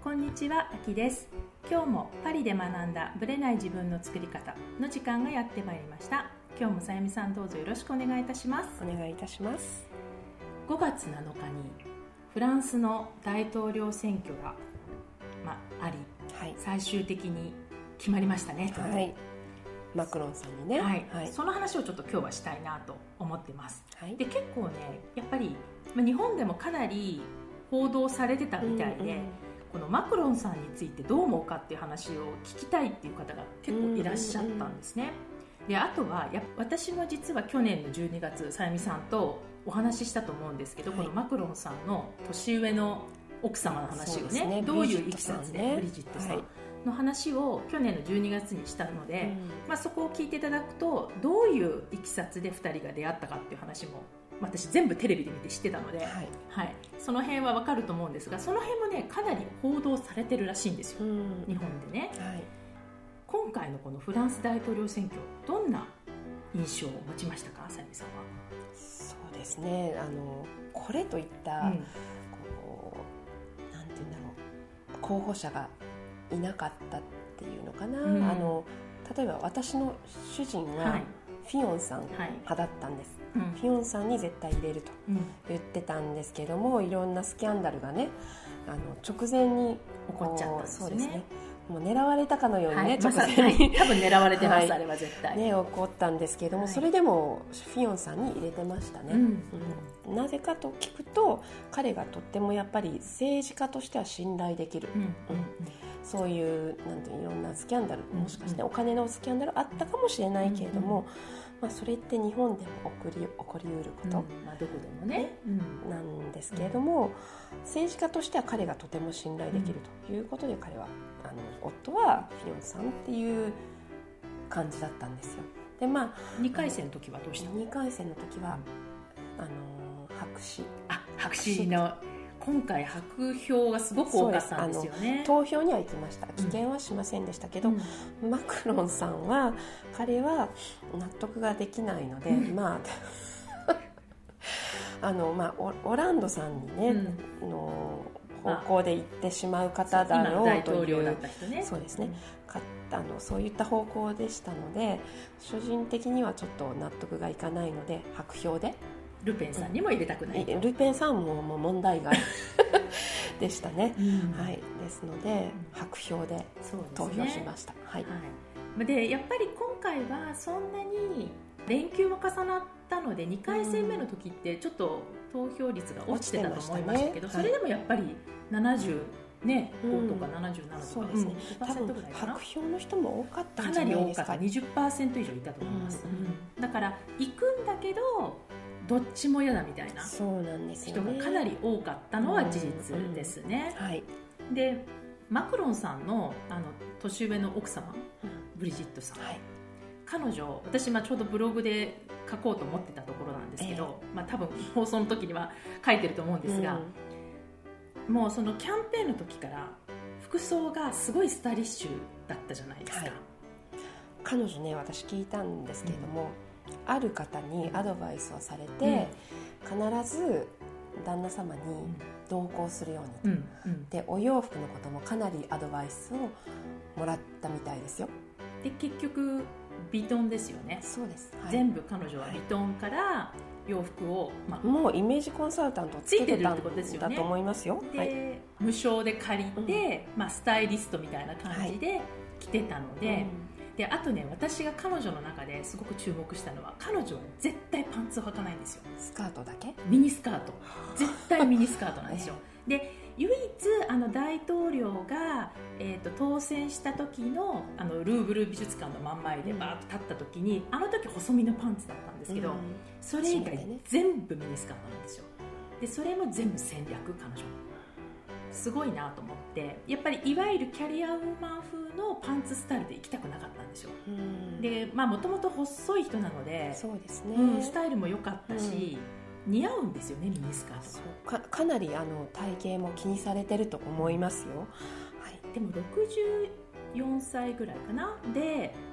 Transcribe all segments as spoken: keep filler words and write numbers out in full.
こんにちは、あきです。今日もパリで学んだブレない自分の作り方の時間がやってまいりました。今日もさゆみさん、どうぞよろしくお願いいたします。 お願いいたします。 ごがつなのかにフランスの大統領選挙が、まあ、あり、はい、最終的に決まりましたね。 はい、マクロンさんにね、 はいはい、その話をちょっと今日はしたいなと思ってます、はい、で結構ねやっぱり、まあ、日本でもかなり報道されてたみたいで、うんうん、このマクロンさんについてどう思うかっていう話を聞きたいっていう方が結構いらっしゃったんですね、うんうんうん、であとはや私も実は去年のじゅうにがつさゆみさんとお話ししたと思うんですけど、はい、このマクロンさんの年上の奥様の話を ね, ねどういういきさつでブリジットさんの話を去年のじゅうにがつにしたので、うんまあ、そこを聞いていただくとどういういきさつでふたりが出会ったかっていう話も私全部テレビで見て知ってたので、はいはい、その辺は分かると思うんですが、その辺もねかなり報道されてるらしいんですよ、うん、日本でね、はい、今回のこのフランス大統領選挙どんな印象を持ちましたか、さゆみさんは。 そうですね、あのこれといった、うん、こうなんていうんだろう、候補者がいなかったっていうのかな、うん、あの例えば私の主人はフィヨンさん派だったんです、はいはい、フィヨンさんに絶対入れると言ってたんですけども、いろんなスキャンダルがねあの直前に起こっちゃったんですね。そうですね、 もう狙われたかのようにね、はい、 直前に、はい、多分狙われてます、はい、あれは絶対、 ね、起こったんですけども、はい、それでもフィヨンさんに入れてましたね、うんうん、なぜかと聞くと彼がとってもやっぱり政治家としては信頼できる、うんうんうん、そういうなんていういろんなスキャンダル、もしかしてお金のスキャンダルあったかもしれないけれども、うんうん、まあ、それって日本でも起こり、起こりうること、 うんまあ、どこでもね、うん、 なんですけれども、政治家としては彼がとても信頼できるということで、彼はあの夫はフィヨンさんっていう感じだったんですよ。で、まあ、 にかいせんの時はどうしたの？ にかいせんの時はあの白紙あ白紙の今回白票がすごく多かったんですよね。 投票には行きました。棄権はしませんでしたけど、うん、マクロンさんは彼は納得ができないので、うん、まああのまあオ, オランドさんにね、うん、の方向で行ってしまう方だろうという、 ね、 そうですね、かあのそういった方向でしたので、主人的にはちょっと納得がいかないので白票でルペンさんにも入れたくない、 うん、ルペンさんももう問題外でしたね、うんはい、ですので、うん、白票で投票しました、ねはいはい、でやっぱり今回はそんなに連休も重なったのでにかいせんめの時ってちょっと投票率が落ちてたと思いましたけど、ね、それでもやっぱりななじゅう、ねうん、ごとかななじゅうななとか、 そうですね、うん、ごパーセントぐらいかな、白票の人も多かったんじゃないですか。 かなり多かった、にじゅっパーセント以上いたと思います、うんうん、だから行くんだけどどっちも嫌だみたいな人がかなり多かったのは事実ですね、うんうんはい、でマクロンさん の, あの年上の奥様、うん、ブリジットさん、はい、彼女私、まあ、ちょうどブログで書こうと思ってたところなんですけど、えーまあ、多分放送の時には書いてると思うんですが、うん、もうそのキャンペーンの時から服装がすごいスタイリッシュだったじゃないですか、はい、 彼女ね私聞いたんですけれども、うんある方にアドバイスをされて、うん、必ず旦那様に同行するように、うんうん、でお洋服のこともかなりアドバイスをもらったみたいですよ。 で結局ヴィトンですよね。 そうです、 はい、全部彼女はヴィトンから洋服を、 まあ、もうイメージコンサルタントをつけてたんだと思いますよ。 で、 はい、 無償で借りて、うんまあ、スタイリストみたいな感じで着てたので、はいうんであとね、私が彼女の中ですごく注目したのは彼女は絶対パンツを履かないんですよ。 スカートだけ？ ミニスカート、絶対ミニスカートなんですよで唯一あの大統領が、えー、と当選した時 の, あのルーブル美術館の真ん前でバーッと立った時に、うん、あの時細身のパンツだったんですけど、うん、それ以外全部ミニスカートなんですよ。でそれも全部戦略、彼女すごいなと思って、やっぱりいわゆるキャリアウーマン風のパンツスタイルで行きたくなかったんですよ。で、まあもともと細い人なので、 そうですね、 うん、スタイルも良かったし、うん、似合うんですよね、ミニスカートが。 か, かなりあの体型も気にされてると思いますよ、 はい、でもろくじゅうよんさいぐらいかなで、あ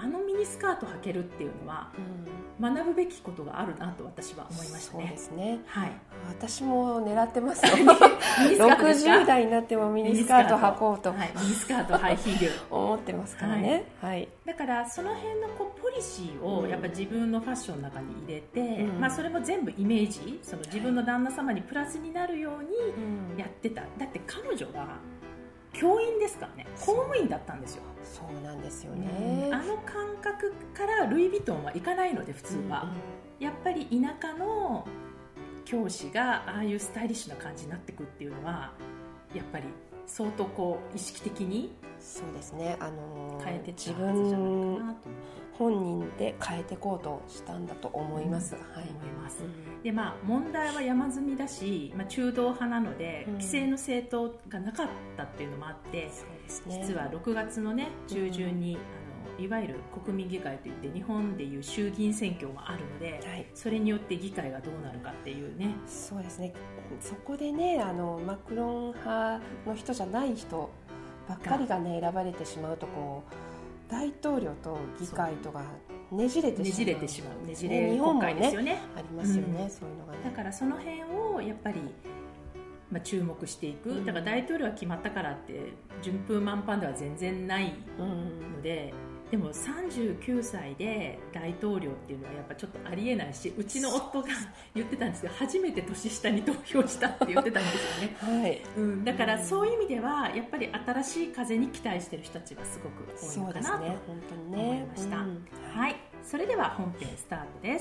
あのミニスカート履けるっていうのは、うん、学ぶべきことがあるなと私は思いましたね。 そうですね、 はい、 私も狙ってますよねろくじゅう代になってもミニスカート履こうと、 はい、ミニスカートハイヒール思ってますからね、はいはい、 だからその辺のこうポリシーをやっぱ自分のファッションの中に入れて、うん、まあ、それも全部イメージ、その自分の旦那様にプラスになるようにやってた、うん、だって彼女が教員ですからね、公務員だったんですよ。 そうなんですよね、 うん、あの感覚からルイ・ヴィトンはいかないので普通は、うんうん、やっぱり田舎の教師がああいうスタイリッシュな感じになっていくっていうのはやっぱり相当こう意識的にそうですね、あのー、 変えてったはずじゃないかなと思って、 本人で変えていこうとしたんだと思います、うん、はい、 思います、うん、で、まあ、問題は山積みだし、まあ、中道派なので、うん、規制の政党がなかったっていうのもあって、そうですね、実はろくがつの、ね、中旬に、うん、あのいわゆる国民議会といって日本でいう衆議院選挙があるので、はい、それによって議会がどうなるかっていうね。 そうですね、そこでね、あのマクロン派の人じゃない人ばっかりが、ね、選ばれてしまうとこう大統領と議会とがねじれてしまう、 ねじれてしまう、ねじれ国会ですよね、 ありますよね、うん、そういうのがね。だからその辺をやっぱり、まあ、注目していく、うん、だから大統領は決まったからって順風満帆では全然ないので、うん、でもさんじゅうきゅうさいで大統領っていうのはやっぱちょっとありえないし、うちの夫が言ってたんですけど、初めて年下に投票したって言ってたんですよね、はいうん、だからそういう意味ではやっぱり新しい風に期待してる人たちがすごく多いのかなと思いました、ねうんはい、それでは本編スタートです。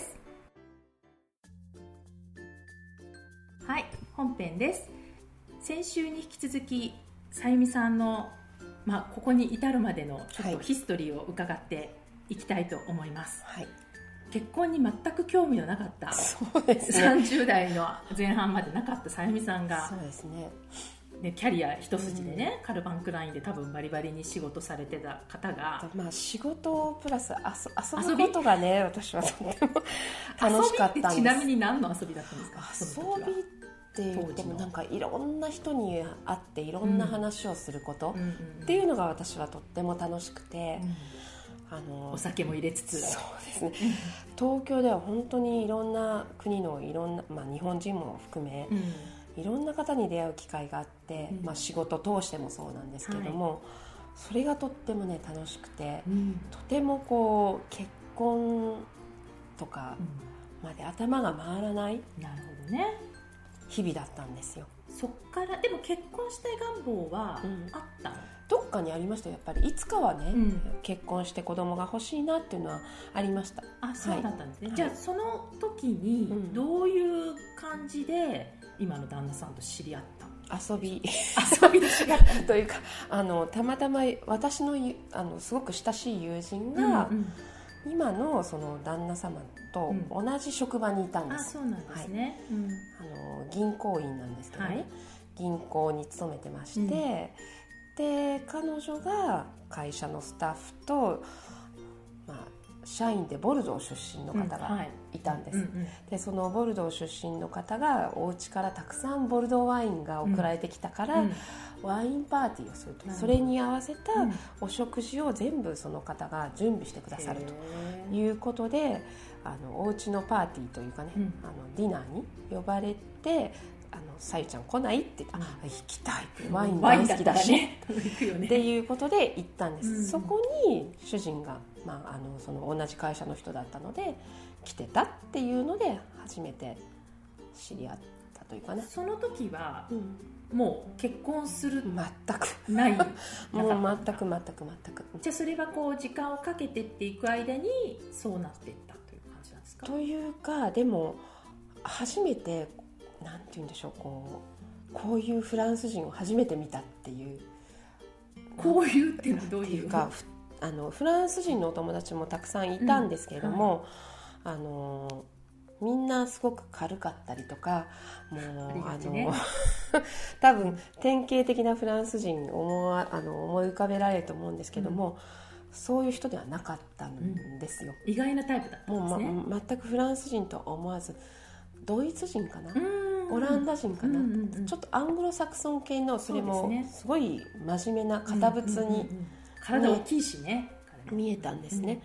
はい、本編です。先週に引き続きさゆみさんのまあ、ここに至るまでのちょっとヒストリーを伺っていきたいと思います、はい、結婚に全く興味のなかった、そうですね、さんじゅう代の前半までなかったさゆみさんが、 そうですね、 でキャリア一筋でね、うん、カルバンクラインで多分バリバリに仕事されてた方が、 まあ、仕事プラス遊遊ぶことがね、私はとても楽しかったんです。遊びってちなみに何の遊びだったんですか？ 遊びって言ってもなんかいろんな人に会っていろんな話をすることっていうのが私はとっても楽しくて、 うん、あのお酒も入れつつ、 そうですね、東京では本当にいろんな国のいろんな、まあ、日本人も含め、うん、いろんな方に出会う機会があって、うんまあ、仕事通してもそうなんですけども、はい、それがとってもね楽しくて、うん、とてもこう結婚とかまで頭が回らない、 なるほどね、 日々だったんですよ。 そっからでも結婚したい願望はあったの、うん、 どっかにありました。やっぱりいつかはね、うん、結婚して子供が欲しいなっていうのはありました。 あ、そうだったんですね、はい、じゃあその時にどういう感じで今の旦那さんと知り合ったの？ 遊び遊びで知り合ったというか、あのたまたま私の、あのすごく親しい友人が、うんうん、今のその旦那様と同じ職場にいたんです、 うん、あ、そうなんですね、はい、うん、 あの銀行員なんですけどね、はい、銀行に勤めてまして、うん、で彼女が会社のスタッフと、まあ、社員でボルドー出身の方がいたんです、うんはいうんうん、でそのボルドー出身の方がお家からたくさんボルドーワインが送られてきたから、うんうん、ワインパーティーをすると、それに合わせたお食事を全部その方が準備してくださるということで、あのお家のパーティーというかね、うん、あのディナーに呼ばれて、あのさゆちゃん来ないって言って、うん、あ、行きたい、ワイン大好きだし、ね、っていうことで行ったんです、うん、そこに主人が、まあ、あのその同じ会社の人だったので来てたっていうので初めて知り合ったというかね。 その時は、うんもう結婚する全くないもう全く全く全く。 じゃあそれはこう時間をかけてっていく間にそうなっていったという感じなんですか？ というか、でも初めてなんて言うんでしょう、こうこういうフランス人を初めて見たっていう。 こういうっていうのはどういう？っていうか、 あのフランス人のお友達もたくさんいたんですけれども、うんはい、あのみんなすごく軽かったりとか、もうあ、ね、あの多分典型的なフランス人を思わあの思い浮かべられると思うんですけども、うん、そういう人ではなかったんですよ、 うん、意外なタイプだったんですね。 もう、ま、全くフランス人とは思わず、ドイツ人かな、オランダ人かな、うんうんうん、ちょっとアングロサクソン系の、それもすごい真面目な堅物に、 うんうんうんうん、体大きいしね、 見えたんですね、うんうんうん、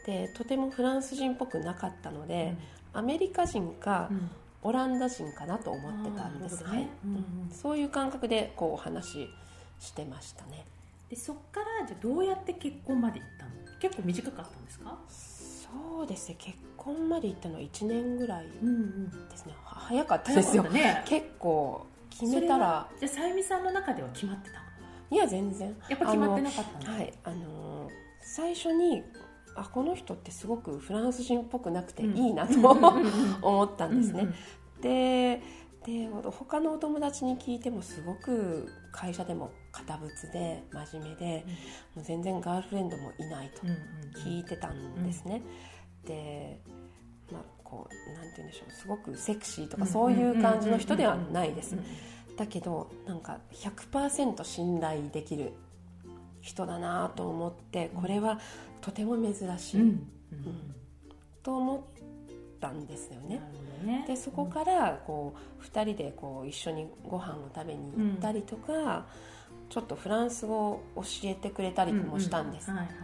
でとてもフランス人っぽくなかったので、うん、アメリカ人か、うんオランダ人かなと思ってたんです、ねはいうんうん、そういう感覚でこうお話ししてましたね。 でそっからじゃあどうやって結婚まで行ったの？結構短かったんですか？ そうですね結婚まで行ったのはいちねんぐらいですね、うんうん、早かったですよ、ね、 結構決めたら。 じゃあさゆみさんの中では決まってたの？ いや全然やっぱ決まってなかったの？ はいあの最初にあこの人ってすごくフランス人っぽくなくていいなと、うん、思ったんですね、うんうん、で, で他のお友達に聞いてもすごく会社でも堅物で真面目で、うん、もう全然ガールフレンドもいないと聞いてたんですね、うんうん、で、まあ、こうなんて言うんでしょうすごくセクシーとかそういう感じの人ではないです。だけどなんか ひゃくパーセント 信頼できる人だなと思ってこれはとても珍しい、うんうん、と思ったんですよね。ねでそこからこうふたりでこう一緒にご飯を食べに行ったりとか、うん、ちょっとフランス語を教えてくれたりもしたんです、うんうんはいはい、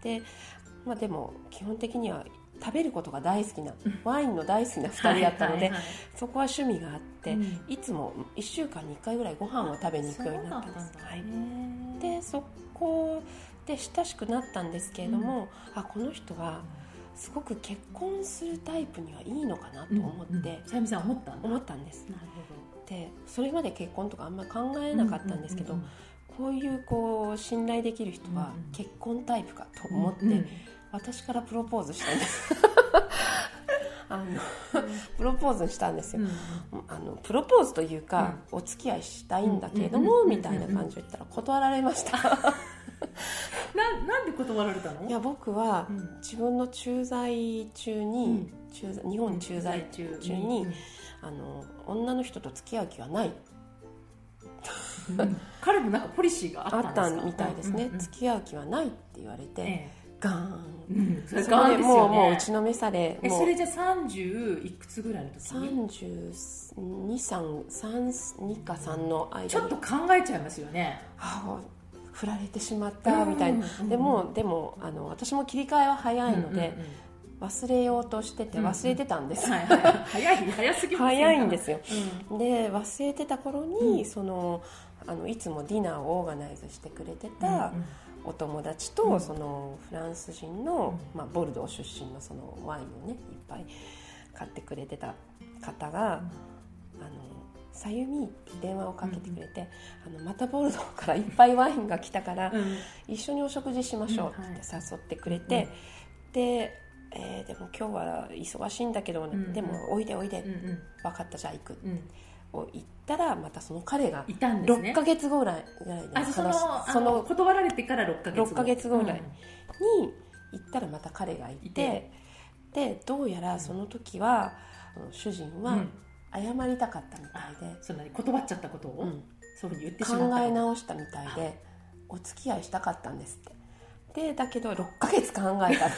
で、まあ、でも基本的には食べることが大好きな、うん、ワインの大好きなふたりだったので、はいはいはい、そこは趣味があって、うん、いつもいっしゅうかんにいっかいぐらいご飯を食べに行くようになったんです。はい、でそこで親しくなったんですけれども、うん、あこの人はすごく結婚するタイプにはいいのかなと思って、 さゆみさん思ったんだ思ったんです。なるほど。でそれまで結婚とかあんまり考えなかったんですけど、うんうんうんうん、こういうこう信頼できる人は結婚タイプかと思って、うんうん、私からプロポーズしたんですあのプロポーズしたんですよ、うん、あのプロポーズというか、うん、お付き合いしたいんだけれども、うん、みたいな感じで言ったら断られましたな, なんで断られたの？ いや僕は自分の駐在中に、うん、駐在日本駐在中に、うん、あの女の人と付き合う気はない、 うん、彼もなんかポリシーがあったんですか？ あったみたいですね、うんうん、付き合う気はないって言われて、ええ、ガーン、 うん、それガーンですよね。 もう、もう打ちのめされえそれじゃさんじゅういくつぐらいの時？ さんじゅうに、さん、にかさんの間にちょっと考えちゃいますよね。 はあ振られてしまったみたいな、うんうんうん、でも、でもあの私も切り替えは早いので、うんうんうん、忘れようとしてて忘れてたんです、うんうんはいはい、 早い早すぎます早いんですよ、うん、で忘れてた頃に、うん、そのあのいつもディナーをオーガナイズしてくれてたお友達と、うん、そのフランス人の、うんまあ、ボルドー出身のそのワインをねいっぱい買ってくれてた方が、うん、あのさゆみって電話をかけてくれて、うん、あのまたボルドーからいっぱいワインが来たから、うん、一緒にお食事しましょうって誘ってくれて、うんはい、で、えー、でも今日は忙しいんだけど、うん、でもおいでおいで、うん、分かったじゃあ行く、うん、を言ったらまたその彼がろっかげつごぐらいぐらいで話そのその断られてからろっかげつごろっかげつごぐらいに行ったらまた彼がいて、いてでどうやらその時は、うん、主人は、うん謝りたかったみたいで、 そんなに断っちゃったことを、うん、そういうふうに言ってしまった考え直したみたいでお付き合いしたかったんですってでだけどろっかげつ考えた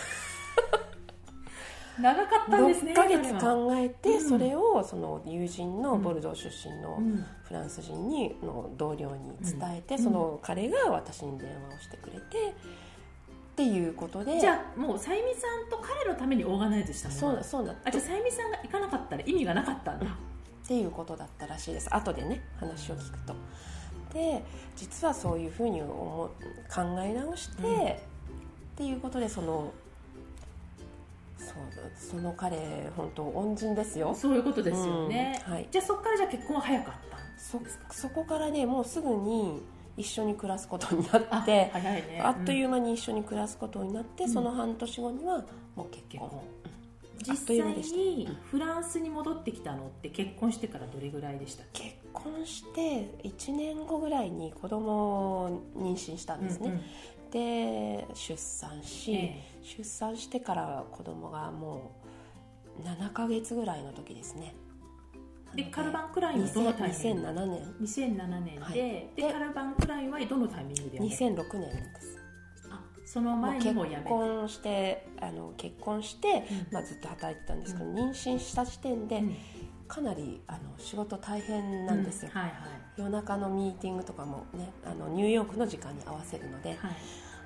長かったんですね。 ろっかげつ考えて、うん、それをその友人のボルドー出身のフランス人にの同僚に伝えて、うん、その彼が私に電話をしてくれてっていうことで、 じゃあもうさゆみさんと彼のためにオーガナイズしたもの。 そうだそうだ。 あじゃあさゆみさんが行かなかったら意味がなかったんだ、うん、 っていうことだったらしいです。後でね話を聞くと。で実はそういうふうに思考え直して、うん、っていうことでそのそうその彼本当恩人ですよ。 そういうことですよね、うんはい、じゃあそこからじゃあ結婚は早かったんですか？ そ, そこからねもうすぐに一緒に暮らすことになってあ、 早いね、 あっという間に一緒に暮らすことになって、うん、その半年後にはもう結婚、 うん、実際にフランスに戻ってきたのって結婚してからどれぐらいでしたっけ？ 結婚していちねんごぐらいに子供を妊娠したんですね、うんうん、で出産し、えー、出産してから子供がもうななかげつぐらいの時ですね。 でカルバンクラインはどのタイミング？ にせんななねんにせんななねんで、はい、で, でカルバンクラインはどのタイミングでやめた？ にせんろくねんです。 あその前にもやめた。 結婚してあの結婚して、うんまあ、ずっと働いてたんですけど、うん、妊娠した時点で、うん、かなりあの仕事大変なんですよ、うんはいはい、夜中のミーティングとかも、ね、あのニューヨークの時間に合わせるので、はい、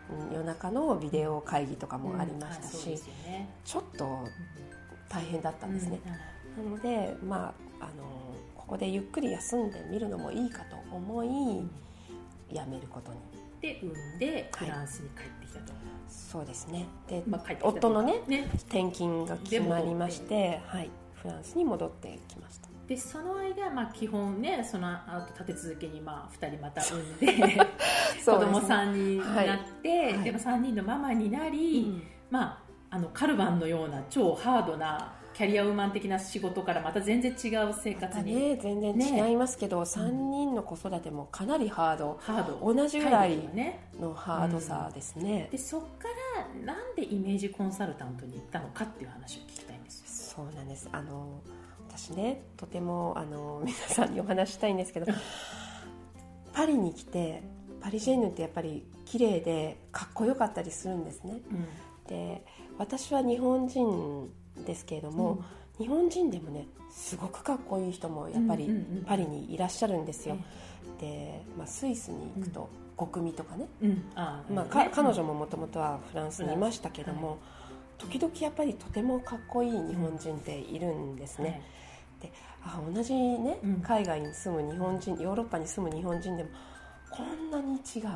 夜中のビデオ会議とかもありましたし、 うんうんね、 ちょっと大変だったんですね、うんうん、なので、まあ、あのここでゆっくり休んでみるのもいいかと思い、うん、辞めることにで産んでフランスに帰ってきたと、はい、 そうですね。で、 まあ、 夫の、ねね、転勤が決まりまして、はい、フランスに戻ってきました。 でその間、まあ、基本ねその後立て続けに、まあ、ふたりまた産んで子供さんになって、はいはい、でもさんにんのママになり、うん、まあ、あのカルバンのような超ハードなキャリアウーマン的な仕事からまた全然違う生活に、 ね、全然違いますけど、ね、さんにんの子育てもかなりハード、 ハード同じぐらいのハードさですね、 うん、でそっからなんでイメージコンサルタントに行ったのかっていう話を聞きたいんですよ。そうなんです。あの私ねとてもあの皆さんにお話したいんですけどパリに来てパリジェンヌってやっぱり綺麗でかっこよかったりするんですね、うん、で私は日本人ですけれども、うん、日本人でもねすごくかっこいい人もやっぱりパリにいらっしゃるんですよ、うんうんうん、で、まあ、スイスに行くと国民とかね、うんあまあ、か彼女ももともとはフランスにいましたけども、はい、時々やっぱりとてもかっこいい日本人っているんですね、はい、であ同じね海外に住む日本人、ヨーロッパに住む日本人でもこんなに違う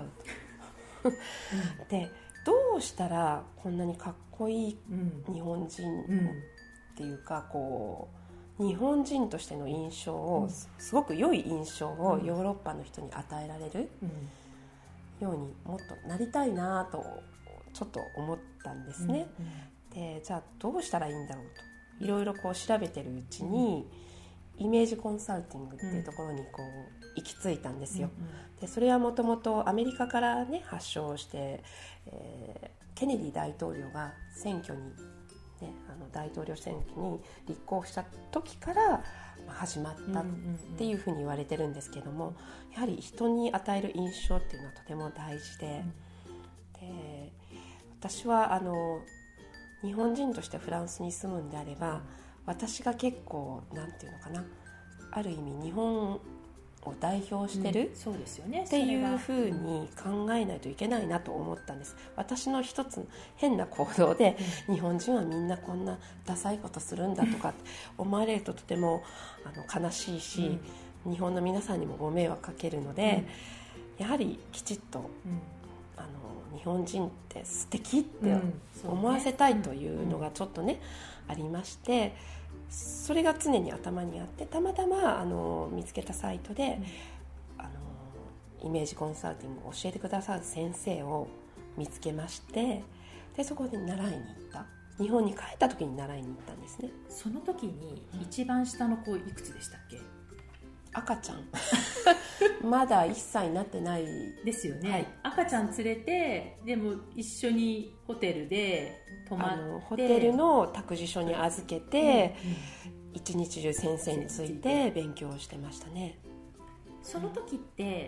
でどうしたらこんなにかっこいい日本人っていうかこう日本人としての印象をすごく良い印象をヨーロッパの人に与えられるようにもっとなりたいなとちょっと思ったんですね、でじゃあどうしたらいいんだろうといろいろこう調べてるうちにイメージコンサルティングっていうところにこう行き着いたんですよ、うんうん、でそれはもともとアメリカからね発祥して、えー、ケネディ大統領が選挙に、ね、あの大統領選挙に立候補した時から始まったっていうふうに言われてるんですけども、やはり人に与える印象っていうのはとても大事で、うん、で私はあの日本人としてフランスに住むんであれば私が結構なんていうのかなある意味日本を代表してる、うん、そうですよねっていうふうに考えないといけないなと思ったんです。私の一つ変な行動で、うん、日本人はみんなこんなダサいことするんだとか思われるととてもあの悲しいし、うん、日本の皆さんにもご迷惑かけるので、うん、やはりきちっと、うん、あの日本人って素敵って思わせたいというのがちょっとね、ありまして、それが常に頭にあって、たまたまあの見つけたサイトで、うん、あのイメージコンサルティングを教えてくださる先生を見つけまして、でそこで習いに行った。日本に帰った時に習いに行ったんですね。 その時に一番下の子いくつでしたっけ？ 赤ちゃんまだいっさいになってないですよね、はい、赤ちゃん連れてでも一緒にホテルで泊まって、あのホテルの託児所に預けて、うんうん、一日中先生について勉強してましたね。 その時って、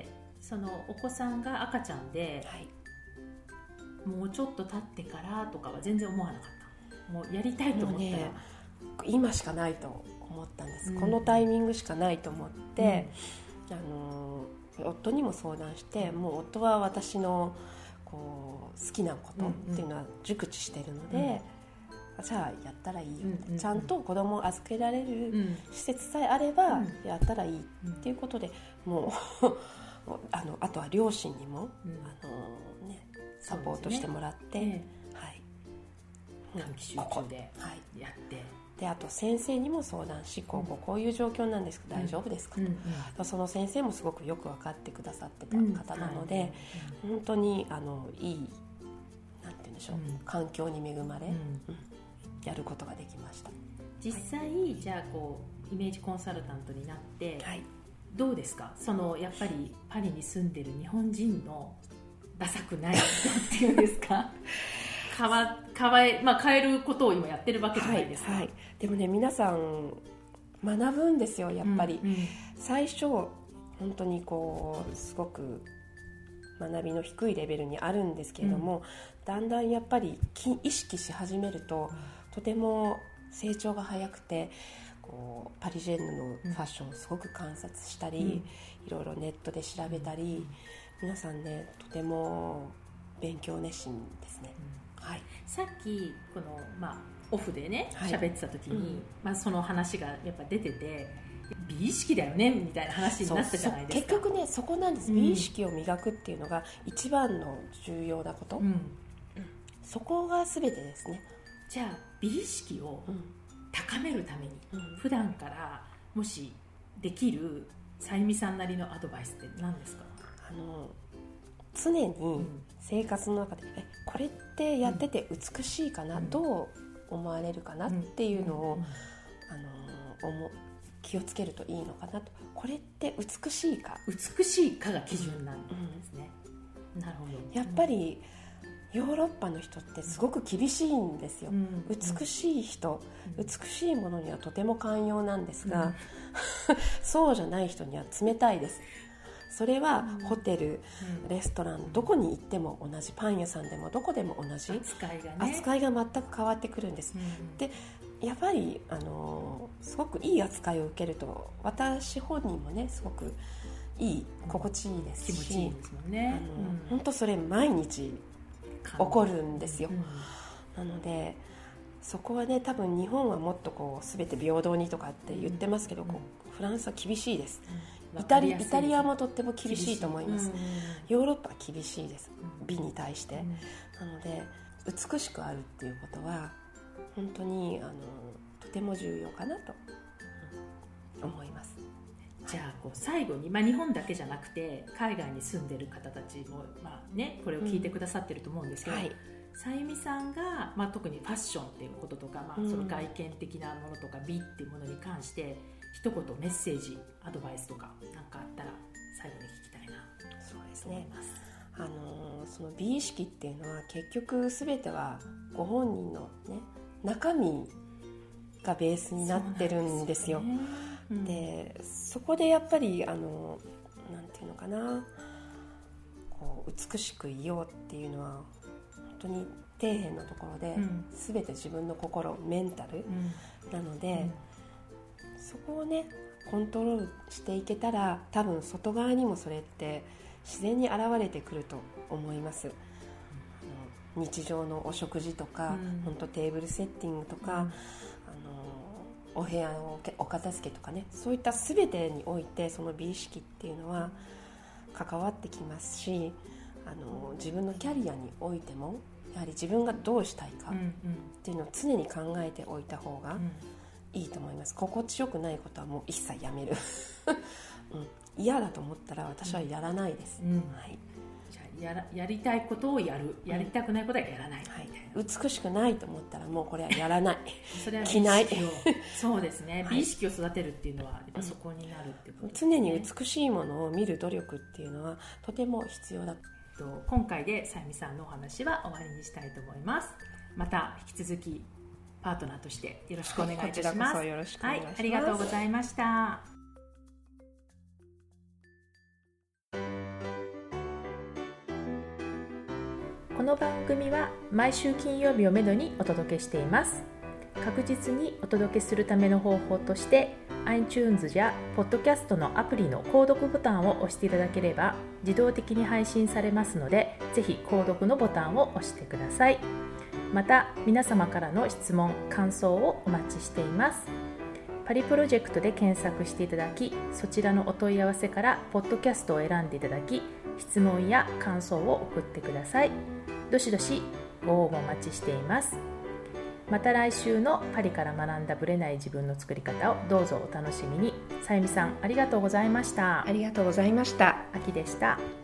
うん、そのお子さんが赤ちゃんで、はい、もうちょっと経ってからとかは全然思わなかった？もうやりたいと思ったら、ね、 今しかないと思ったんです、うん、このタイミングしかないと思って、うん、あの夫にも相談して、もう夫は私のこう好きなことっていうのは熟知しているので、うん、じゃあやったらいいよ、うん、ちゃんと子供を預けられる施設さえあればやったらいいっていうことで、もうあのあとは両親にも、うん、あのね、サポートしてもらって、ね、はい、 短期集中でやって、はい、 であと先生にも相談し、こうこうこういう状況なんですけど大丈夫ですかと、うんうん、その先生もすごくよく分かってくださってた方なので、うんはい、本当にあのいいなんて言うんでしょう、うん、環境に恵まれ、うんうん、やることができました。 実際じゃあこうイメージコンサルタントになって、はい、どうですか？そのやっぱりパリに住んでる日本人のダサくないっていうんですかかわかわい、まあ、変えることを今やってるわけじゃないですか、 はいはい、でもね皆さん学ぶんですよやっぱり、うんうん、最初本当にこうすごく学びの低いレベルにあるんですけれども、うん、だんだんやっぱり意識し始めると、うん、とても成長が早くてこうパリジェンヌのファッションをすごく観察したり、うん、いろいろネットで調べたり、うん、皆さんねとても勉強熱心ですね、 うんはい、さっきこの、まあ、オフでね喋、はい、ってた時に、うんまあ、その話がやっぱ出てて美意識だよねみたいな話になったじゃないですか。 結局ねそこなんです、うん、美意識を磨くっていうのが一番の重要なこと、うん、そこが全てですね。 じゃあ美意識を高めるために、うん、普段からもしできるさゆみさんなりのアドバイスって何ですか？ あの常に生活の中で、うん、えこれってやってて美しいかな、うん、どう思われるかなっていうのを、うん、あの思気をつけるといいのかなと。これって美しいか美しいかが基準なんですね、うん、なるほど。 やっぱりヨーロッパの人ってすごく厳しいんですよ、うん、美しい人、うん、美しいものにはとても寛容なんですが、うん、そうじゃない人には冷たいです。それはホテル、うん、レストランどこに行っても同じ、パン屋さんでもどこでも同じ扱いがね、 扱いが全く変わってくるんです、うん、でやっぱりあのすごくいい扱いを受けると私本人もねすごくいい心地いいですし、 気持ちいいですもんね、 あの、うん、本当それ毎日起こるんですよ、うん、なのでそこはね多分日本はもっとこう全て平等にとかって言ってますけど、うん、こうフランスは厳しいです、うん、イタリ、イタリアもとっても厳しいと思います、うん、ヨーロッパは厳しいです、美に対して、うん、なので美しくあるっていうことは本当にあのとても重要かなと思います。 じゃあこう最後に、まあ、日本だけじゃなくて海外に住んでる方たちも、まあね、これを聞いてくださってると思うんですけど、うんはい、さゆみさんが、まあ、特にファッションっていうこととか、まあ、その外見的なものとか美っていうものに関して一言メッセージアドバイスとか何かあったら最後に聞きたいなと思います。そうですね、 あのその美意識っていうのは結局全てはご本人の、ね、中身がベースになってるんですよ。でそこでやっぱりあのなんていうのかな、こう美しくいようっていうのは本当に底辺のところで、うん、全て自分の心メンタル、うん、なので、うん、そこをねコントロールしていけたら多分外側にもそれって自然に現れてくると思います、うん、日常のお食事とか、うん、本当テーブルセッティングとか、うんお部屋のお片付けとかね、そういった全てにおいてその美意識っていうのは関わってきますし、あの自分のキャリアにおいてもやはり自分がどうしたいかっていうのを常に考えておいた方がいいと思います。心地よくないことはもう一切やめる、うん、嫌だと思ったら私はやらないです、うんはい、 じゃあ や, らやりたいことをやる、やりたくないことはやらない、うんはい、 美しくないと思ったらもうこれはやらないそれは着ないそうですね、美意識を育てるっていうのはやっぱそこになるってことですね、 常に美しいものを見る努力っていうのはとても必要だと。今回でさゆみさんのお話は終わりにしたいと思います。また引き続きパートナーとしてよろしくお願いいたします。はい、こちらこそよろしくお願いします。はい、ありがとうございました。この番組は毎週金曜日をめどにお届けしています。確実にお届けするための方法として iTunes や Podcast のアプリの購読ボタンを押していただければ自動的に配信されますので、ぜひ購読のボタンを押してください。また皆様からの質問・感想をお待ちしています。パリプロジェクトで検索していただき、そちらのお問い合わせからポッドキャストを選んでいただき、質問や感想を送ってください。どしどしご応募お待ちしています。また来週のパリから学んだブレない自分の作り方をどうぞお楽しみに。さゆみさんありがとうございました。 ありがとうございました。 あきでした。